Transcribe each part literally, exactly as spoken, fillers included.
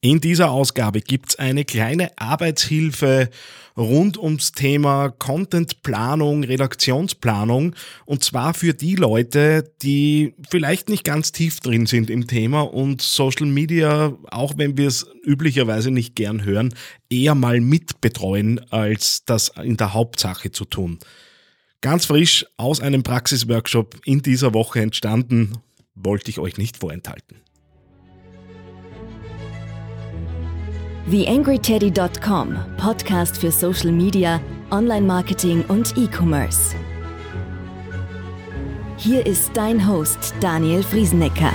In dieser Ausgabe gibt's eine kleine Arbeitshilfe rund ums Thema Contentplanung, Redaktionsplanung, und zwar für die Leute, die vielleicht nicht ganz tief drin sind im Thema und Social Media, auch wenn wir es üblicherweise nicht gern hören, eher mal mitbetreuen, als das in der Hauptsache zu tun. Ganz frisch aus einem Praxisworkshop in dieser Woche entstanden, wollte ich euch nicht vorenthalten. The Angry Teddy Punkt com, Podcast für Social Media, Online-Marketing und E-Commerce. Hier ist dein Host Daniel Friesenecker.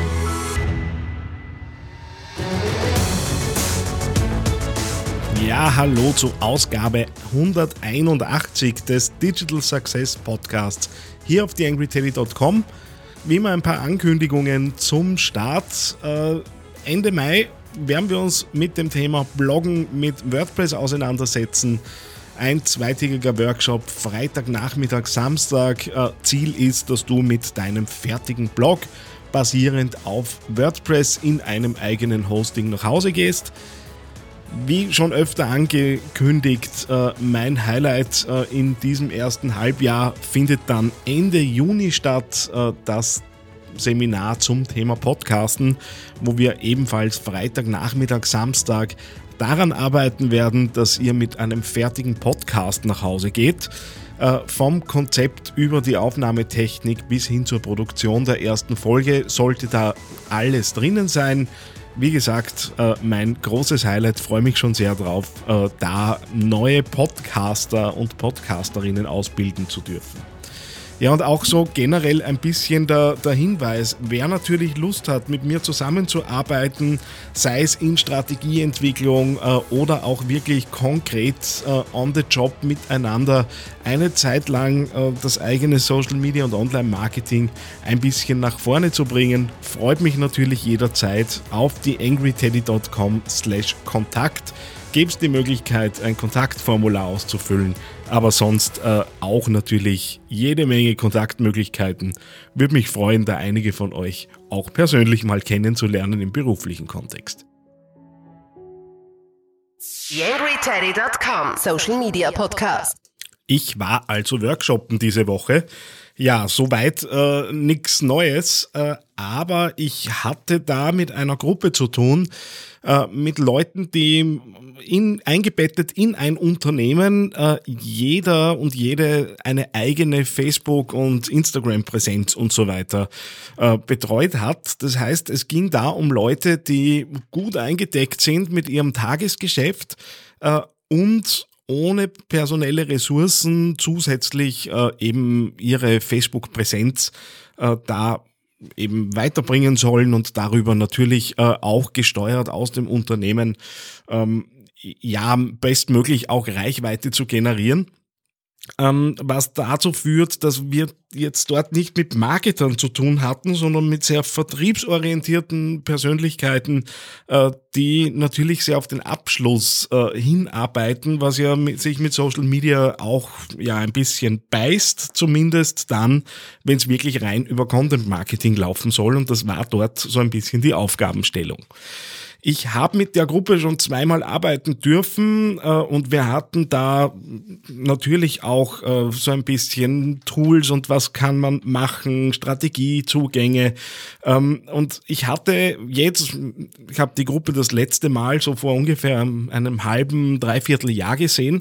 Ja, hallo zu Ausgabe hunderteinundachtzig des Digital Success Podcasts hier auf the angry teddy Punkt com. Wie immer ein paar Ankündigungen zum Start. Äh, Ende Mai werden wir uns mit dem Thema Bloggen mit WordPress auseinandersetzen. Ein zweitägiger Workshop, Freitagnachmittag, Samstag. Äh, Ziel ist, dass du mit deinem fertigen Blog basierend auf WordPress in einem eigenen Hosting nach Hause gehst. Wie schon öfter angekündigt, äh, mein Highlight äh, in diesem ersten Halbjahr findet dann Ende Juni statt, äh, das Seminar zum Thema Podcasten, wo wir ebenfalls Freitagnachmittag, Samstag daran arbeiten werden, dass ihr mit einem fertigen Podcast nach Hause geht. Äh, vom Konzept über die Aufnahmetechnik bis hin zur Produktion der ersten Folge sollte da alles drinnen sein. Wie gesagt, äh, mein großes Highlight, freue mich schon sehr drauf, äh, da neue Podcaster und Podcasterinnen ausbilden zu dürfen. Ja, und auch so generell ein bisschen der, der Hinweis, wer natürlich Lust hat, mit mir zusammenzuarbeiten, sei es in Strategieentwicklung äh, oder auch wirklich konkret äh, on the job miteinander, eine Zeit lang äh, das eigene Social Media und Online-Marketing ein bisschen nach vorne zu bringen, freut mich natürlich jederzeit auf the angry teddy Punkt com slash Kontakt. Gäbe es die Möglichkeit, ein Kontaktformular auszufüllen, aber sonst äh, auch natürlich jede Menge Kontaktmöglichkeiten. Würde mich freuen, da einige von euch auch persönlich mal kennenzulernen im beruflichen Kontext. the angry teddy Punkt com Social Media Podcast. Ich war also workshoppen diese Woche. Ja, soweit äh, nichts Neues, äh, aber ich hatte da mit einer Gruppe zu tun, äh, mit Leuten, die in, eingebettet in ein Unternehmen äh, jeder und jede eine eigene Facebook- und Instagram-Präsenz und so weiter äh, betreut hat. Das heißt, es ging da um Leute, die gut eingedeckt sind mit ihrem Tagesgeschäft äh, und ohne personelle Ressourcen zusätzlich äh, eben ihre Facebook-Präsenz äh, da eben weiterbringen sollen und darüber natürlich äh, auch gesteuert aus dem Unternehmen ähm, ja bestmöglich auch Reichweite zu generieren. Ähm, was dazu führt, dass wir jetzt dort nicht mit Marketern zu tun hatten, sondern mit sehr vertriebsorientierten Persönlichkeiten, äh, die natürlich sehr auf den Abschluss äh, hinarbeiten, was ja mit, sich mit Social Media auch ja ein bisschen beißt, zumindest dann, wenn es wirklich rein über Content Marketing laufen soll, und das war dort so ein bisschen die Aufgabenstellung. Ich habe mit der Gruppe schon zweimal arbeiten dürfen äh, und wir hatten da natürlich auch äh, so ein bisschen Tools und was kann man machen, Strategiezugänge. Ähm, und ich hatte jetzt, ich habe die Gruppe das letzte Mal so vor ungefähr einem halben, dreiviertel Jahr gesehen,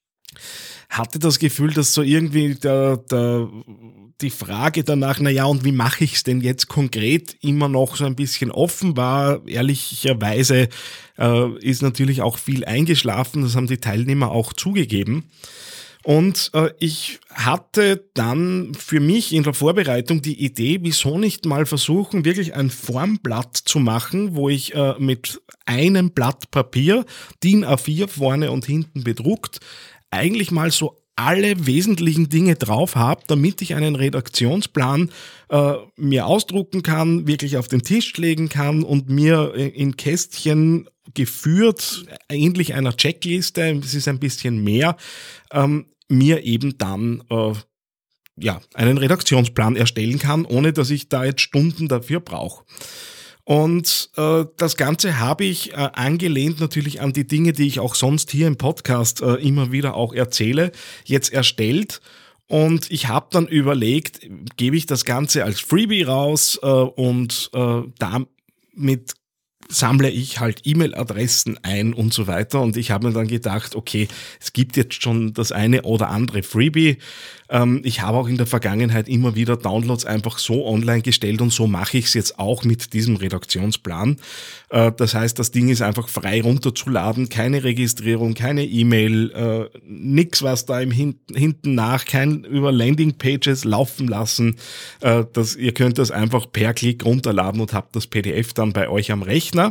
hatte das Gefühl, dass so irgendwie der, der die Frage danach, naja, und wie mache ich es denn jetzt konkret, immer noch so ein bisschen offen war. Ehrlicherweise äh, ist natürlich auch viel eingeschlafen, das haben die Teilnehmer auch zugegeben. Und äh, ich hatte dann für mich in der Vorbereitung die Idee, wieso nicht mal versuchen, wirklich ein Formblatt zu machen, wo ich äh, mit einem Blatt Papier, D I N A vier vorne und hinten bedruckt, eigentlich mal so alle wesentlichen Dinge drauf habe, damit ich einen Redaktionsplan äh, mir ausdrucken kann, wirklich auf den Tisch legen kann und mir in Kästchen geführt, ähnlich einer Checkliste, es ist ein bisschen mehr, ähm, mir eben dann äh, ja, einen Redaktionsplan erstellen kann, ohne dass ich da jetzt Stunden dafür brauche. Und äh, das Ganze habe ich äh, angelehnt natürlich an die Dinge, die ich auch sonst hier im Podcast äh, immer wieder auch erzähle, jetzt erstellt. Und ich habe dann überlegt, gebe ich das Ganze als Freebie raus äh, und äh, damit sammle ich halt E-Mail-Adressen ein und so weiter. Und ich habe mir dann gedacht, okay, es gibt jetzt schon das eine oder andere Freebie. Ähm, ich habe auch in der Vergangenheit immer wieder Downloads einfach so online gestellt und so mache ich es jetzt auch mit diesem Redaktionsplan. Äh, das heißt, das Ding ist einfach frei runterzuladen, keine Registrierung, keine E-Mail, äh, nix was da im Hin- hinten nach, kein über Landingpages laufen lassen. Äh, das, ihr könnt das einfach per Klick runterladen und habt das P D F dann bei euch am Rechner.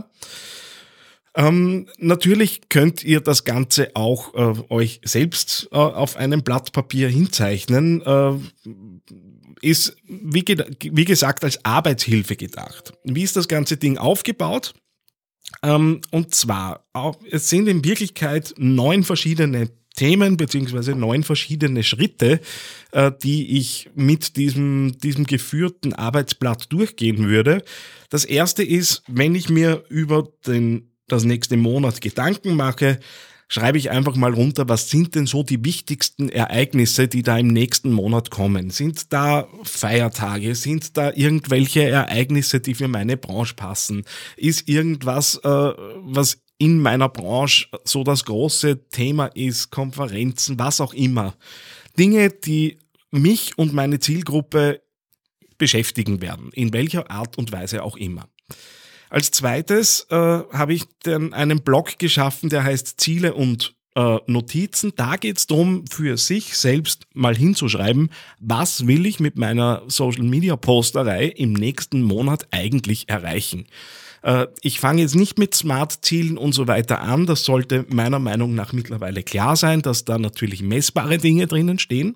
Ähm, natürlich könnt ihr das Ganze auch äh, euch selbst äh, auf einem Blatt Papier hinzeichnen. Äh, ist, wie, ge- wie gesagt, als Arbeitshilfe gedacht. Wie ist das ganze Ding aufgebaut? Ähm, und zwar, es sind in Wirklichkeit neun verschiedene Themen beziehungsweise neun verschiedene Schritte, äh, die ich mit diesem, diesem geführten Arbeitsblatt durchgehen würde. Das erste ist, wenn ich mir über den, das nächste Monat Gedanken mache, schreibe ich einfach mal runter, was sind denn so die wichtigsten Ereignisse, die da im nächsten Monat kommen? Sind da Feiertage? Sind da irgendwelche Ereignisse, die für meine Branche passen? Ist irgendwas, äh, was in meiner Branche so das große Thema ist, Konferenzen, was auch immer. Dinge, die mich und meine Zielgruppe beschäftigen werden, in welcher Art und Weise auch immer. Als zweites äh, habe ich dann einen Blog geschaffen, der heißt Ziele und äh, Notizen. Da geht es darum, für sich selbst mal hinzuschreiben, was will ich mit meiner Social-Media-Posterei im nächsten Monat eigentlich erreichen. Ich fange jetzt nicht mit Smart-Zielen und so weiter an. Das sollte meiner Meinung nach mittlerweile klar sein, dass da natürlich messbare Dinge drinnen stehen.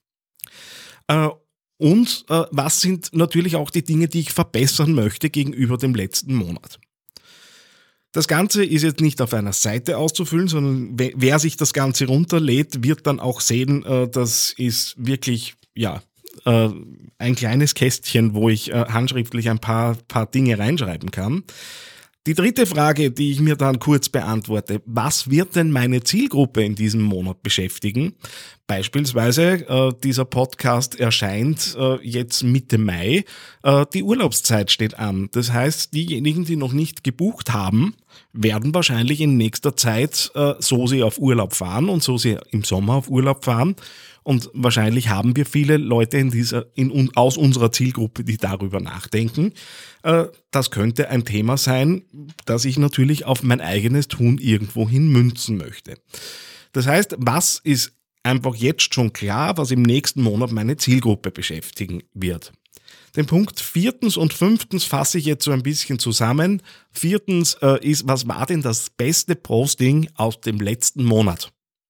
Und was sind natürlich auch die Dinge, die ich verbessern möchte gegenüber dem letzten Monat. Das Ganze ist jetzt nicht auf einer Seite auszufüllen, sondern wer sich das Ganze runterlädt, wird dann auch sehen, das ist wirklich, ja, ein kleines Kästchen, wo ich handschriftlich ein paar, paar Dinge reinschreiben kann. Die dritte Frage, die ich mir dann kurz beantworte, was wird denn meine Zielgruppe in diesem Monat beschäftigen? Beispielsweise, äh, dieser Podcast erscheint äh, jetzt Mitte Mai, äh, die Urlaubszeit steht an. Das heißt, diejenigen, die noch nicht gebucht haben, werden wahrscheinlich in nächster Zeit, äh, so sie auf Urlaub fahren und so sie im Sommer auf Urlaub fahren. Und wahrscheinlich haben wir viele Leute in dieser, in, aus unserer Zielgruppe, die darüber nachdenken. Äh, das könnte ein Thema sein, das ich natürlich auf mein eigenes Tun irgendwohin münzen möchte. Das heißt, was ist einfach jetzt schon klar, was im nächsten Monat meine Zielgruppe beschäftigen wird? Den Punkt viertens und fünftens fasse ich jetzt so ein bisschen zusammen. Viertens äh, ist, was war denn das beste Posting aus dem letzten Monat?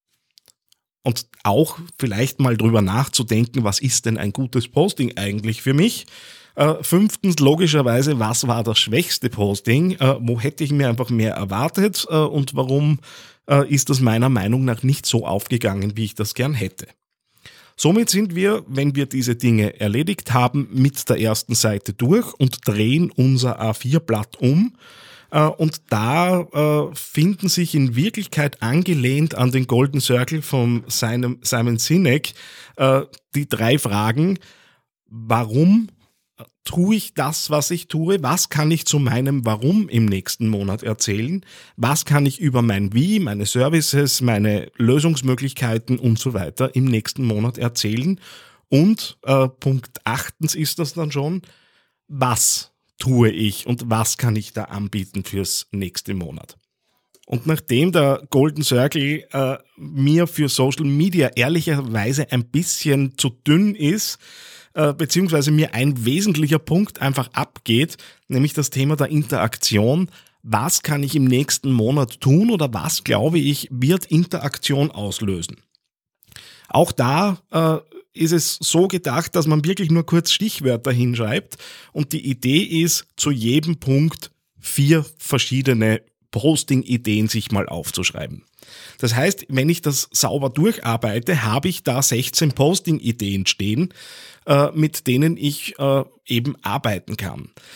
Und auch vielleicht mal drüber nachzudenken, was ist denn ein gutes Posting eigentlich für mich? Äh, fünftens, logischerweise, was war das schwächste Posting? Äh, wo hätte ich mir einfach mehr erwartet? Äh, und warum äh, ist das meiner Meinung nach nicht so aufgegangen, wie ich das gern hätte? Somit sind wir, wenn wir diese Dinge erledigt haben, mit der ersten Seite durch und drehen unser A vier Blatt um. Und da äh, finden sich in Wirklichkeit angelehnt an den Golden Circle von seinem, Simon Sinek äh, die drei Fragen: Warum tue ich das, was ich tue? Was kann ich zu meinem Warum im nächsten Monat erzählen? Was kann ich über mein Wie, meine Services, meine Lösungsmöglichkeiten und so weiter im nächsten Monat erzählen? Und äh, Punkt achtens ist das dann schon, was tue ich und was kann ich da anbieten fürs nächste Monat? Und nachdem der Golden Circle äh, mir für Social Media ehrlicherweise ein bisschen zu dünn ist, äh, beziehungsweise mir ein wesentlicher Punkt einfach abgeht, nämlich das Thema der Interaktion. Was kann ich im nächsten Monat tun oder was, glaube ich, wird Interaktion auslösen? Auch da äh, ist es so gedacht, dass man wirklich nur kurz Stichwörter hinschreibt und die Idee ist, zu jedem Punkt vier verschiedene Posting-Ideen sich mal aufzuschreiben. Das heißt, wenn ich das sauber durcharbeite, habe ich da sechzehn Posting-Ideen stehen, äh, mit denen ich äh, eben arbeiten kann.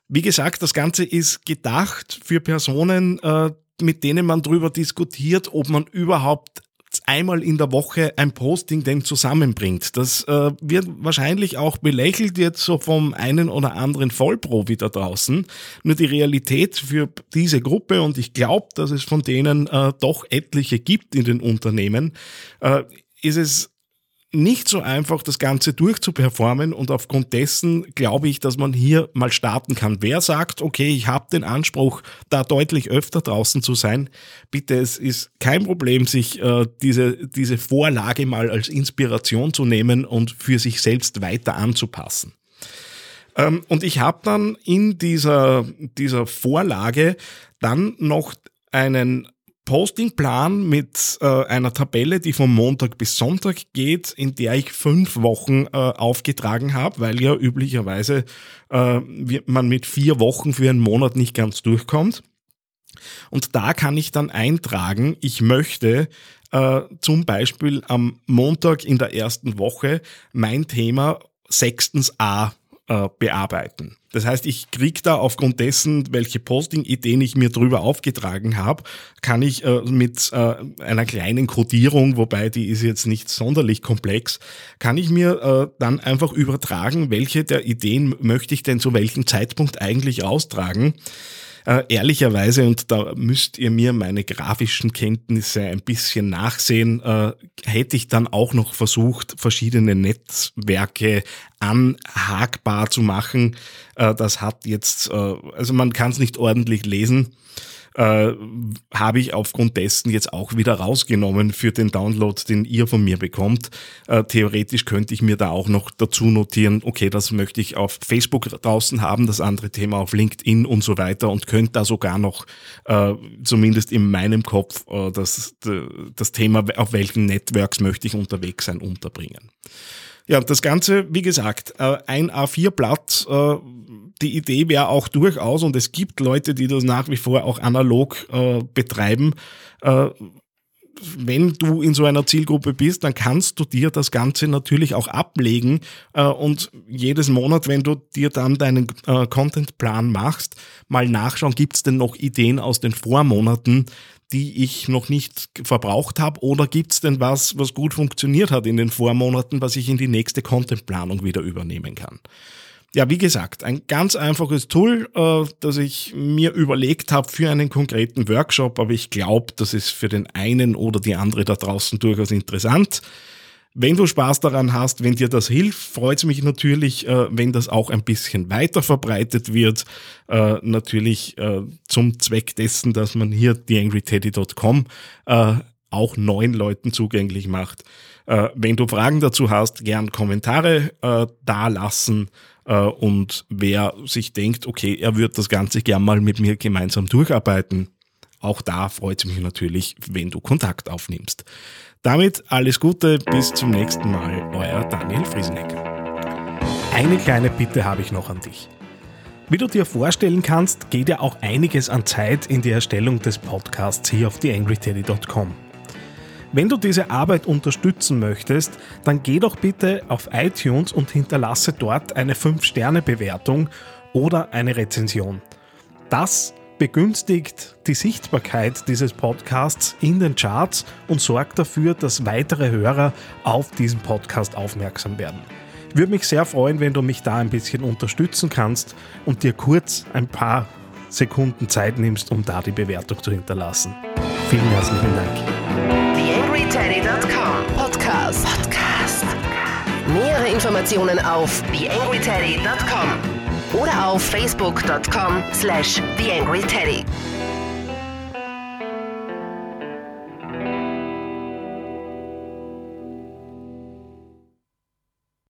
Wie gesagt, das Ganze ist gedacht für Personen, äh, mit denen man darüber diskutiert, ob man überhaupt einmal in der Woche ein Posting denn zusammenbringt. Das äh, wird wahrscheinlich auch belächelt jetzt so vom einen oder anderen Vollprofi da draußen. Nur die Realität für diese Gruppe, und ich glaube, dass es von denen äh, doch etliche gibt in den Unternehmen, äh, ist es nicht so einfach, das Ganze durchzuperformen, und aufgrund dessen glaube ich, dass man hier mal starten kann. Wer sagt, okay, ich habe den Anspruch, da deutlich öfter draußen zu sein, bitte, es ist kein Problem, sich äh, diese, diese Vorlage mal als Inspiration zu nehmen und für sich selbst weiter anzupassen. Ähm, und ich habe dann in dieser, dieser Vorlage dann noch einen Postingplan mit äh, einer Tabelle, die vom Montag bis Sonntag geht, in der ich fünf Wochen äh, aufgetragen habe, weil ja üblicherweise äh, man mit vier Wochen für einen Monat nicht ganz durchkommt. Und da kann ich dann eintragen, ich möchte äh, zum Beispiel am Montag in der ersten Woche mein Thema sechstens A bearbeiten. Das heißt, ich kriege da aufgrund dessen, welche Posting-Ideen ich mir drüber aufgetragen habe, kann ich äh, mit äh, einer kleinen Codierung, wobei die ist jetzt nicht sonderlich komplex, kann ich mir äh, dann einfach übertragen, welche der Ideen möchte ich denn zu welchem Zeitpunkt eigentlich austragen. Äh, ehrlicherweise, und da müsst ihr mir meine grafischen Kenntnisse ein bisschen nachsehen, äh, hätte ich dann auch noch versucht, verschiedene Netzwerke anhakbar zu machen. Äh, das hat jetzt, äh, also man kann es nicht ordentlich lesen, äh, habe ich aufgrund dessen jetzt auch wieder rausgenommen für den Download, den ihr von mir bekommt. Äh, theoretisch könnte ich mir da auch noch dazu notieren, okay, das möchte ich auf Facebook draußen haben, das andere Thema auf LinkedIn und so weiter, und könnte da sogar noch, äh, zumindest in meinem Kopf, äh, das, das Thema, auf welchen Networks möchte ich unterwegs sein, unterbringen. Ja, das Ganze, wie gesagt, ein A vier Blatt, die Idee wäre auch durchaus, und es gibt Leute, die das nach wie vor auch analog betreiben, wenn du in so einer Zielgruppe bist, dann kannst du dir das Ganze natürlich auch ablegen und jedes Monat, wenn du dir dann deinen Contentplan machst, mal nachschauen, gibt es denn noch Ideen aus den Vormonaten, die ich noch nicht verbraucht habe, oder gibt es denn was, was gut funktioniert hat in den Vormonaten, was ich in die nächste Contentplanung wieder übernehmen kann. Ja, wie gesagt, ein ganz einfaches Tool, äh, das ich mir überlegt habe für einen konkreten Workshop, aber ich glaube, das ist für den einen oder die andere da draußen durchaus interessant. Wenn du Spaß daran hast, wenn dir das hilft, freut es mich natürlich, äh, wenn das auch ein bisschen weiter verbreitet wird. Äh, natürlich äh, zum Zweck dessen, dass man hier the angry teddy dot com äh, auch neuen Leuten zugänglich macht. Äh, wenn du Fragen dazu hast, gern Kommentare äh, da lassen. Äh, und wer sich denkt, okay, er wird das Ganze gern mal mit mir gemeinsam durcharbeiten, auch da freut es mich natürlich, wenn du Kontakt aufnimmst. Damit alles Gute, bis zum nächsten Mal, euer Daniel Friesenecker. Eine kleine Bitte habe ich noch an dich. Wie du dir vorstellen kannst, geht ja auch einiges an Zeit in die Erstellung des Podcasts hier auf the angry teddy dot com. Wenn du diese Arbeit unterstützen möchtest, dann geh doch bitte auf iTunes und hinterlasse dort eine fünf Sterne Bewertung oder eine Rezension. Das begünstigt die Sichtbarkeit dieses Podcasts in den Charts und sorgt dafür, dass weitere Hörer auf diesen Podcast aufmerksam werden. Ich würde mich sehr freuen, wenn du mich da ein bisschen unterstützen kannst und dir kurz ein paar Sekunden Zeit nimmst, um da die Bewertung zu hinterlassen. Vielen herzlichen Dank. the angry teddy dot com Podcast. Podcast. Nähere Informationen auf the angry teddy dot com oder auf facebook dot com slash the angry teddy.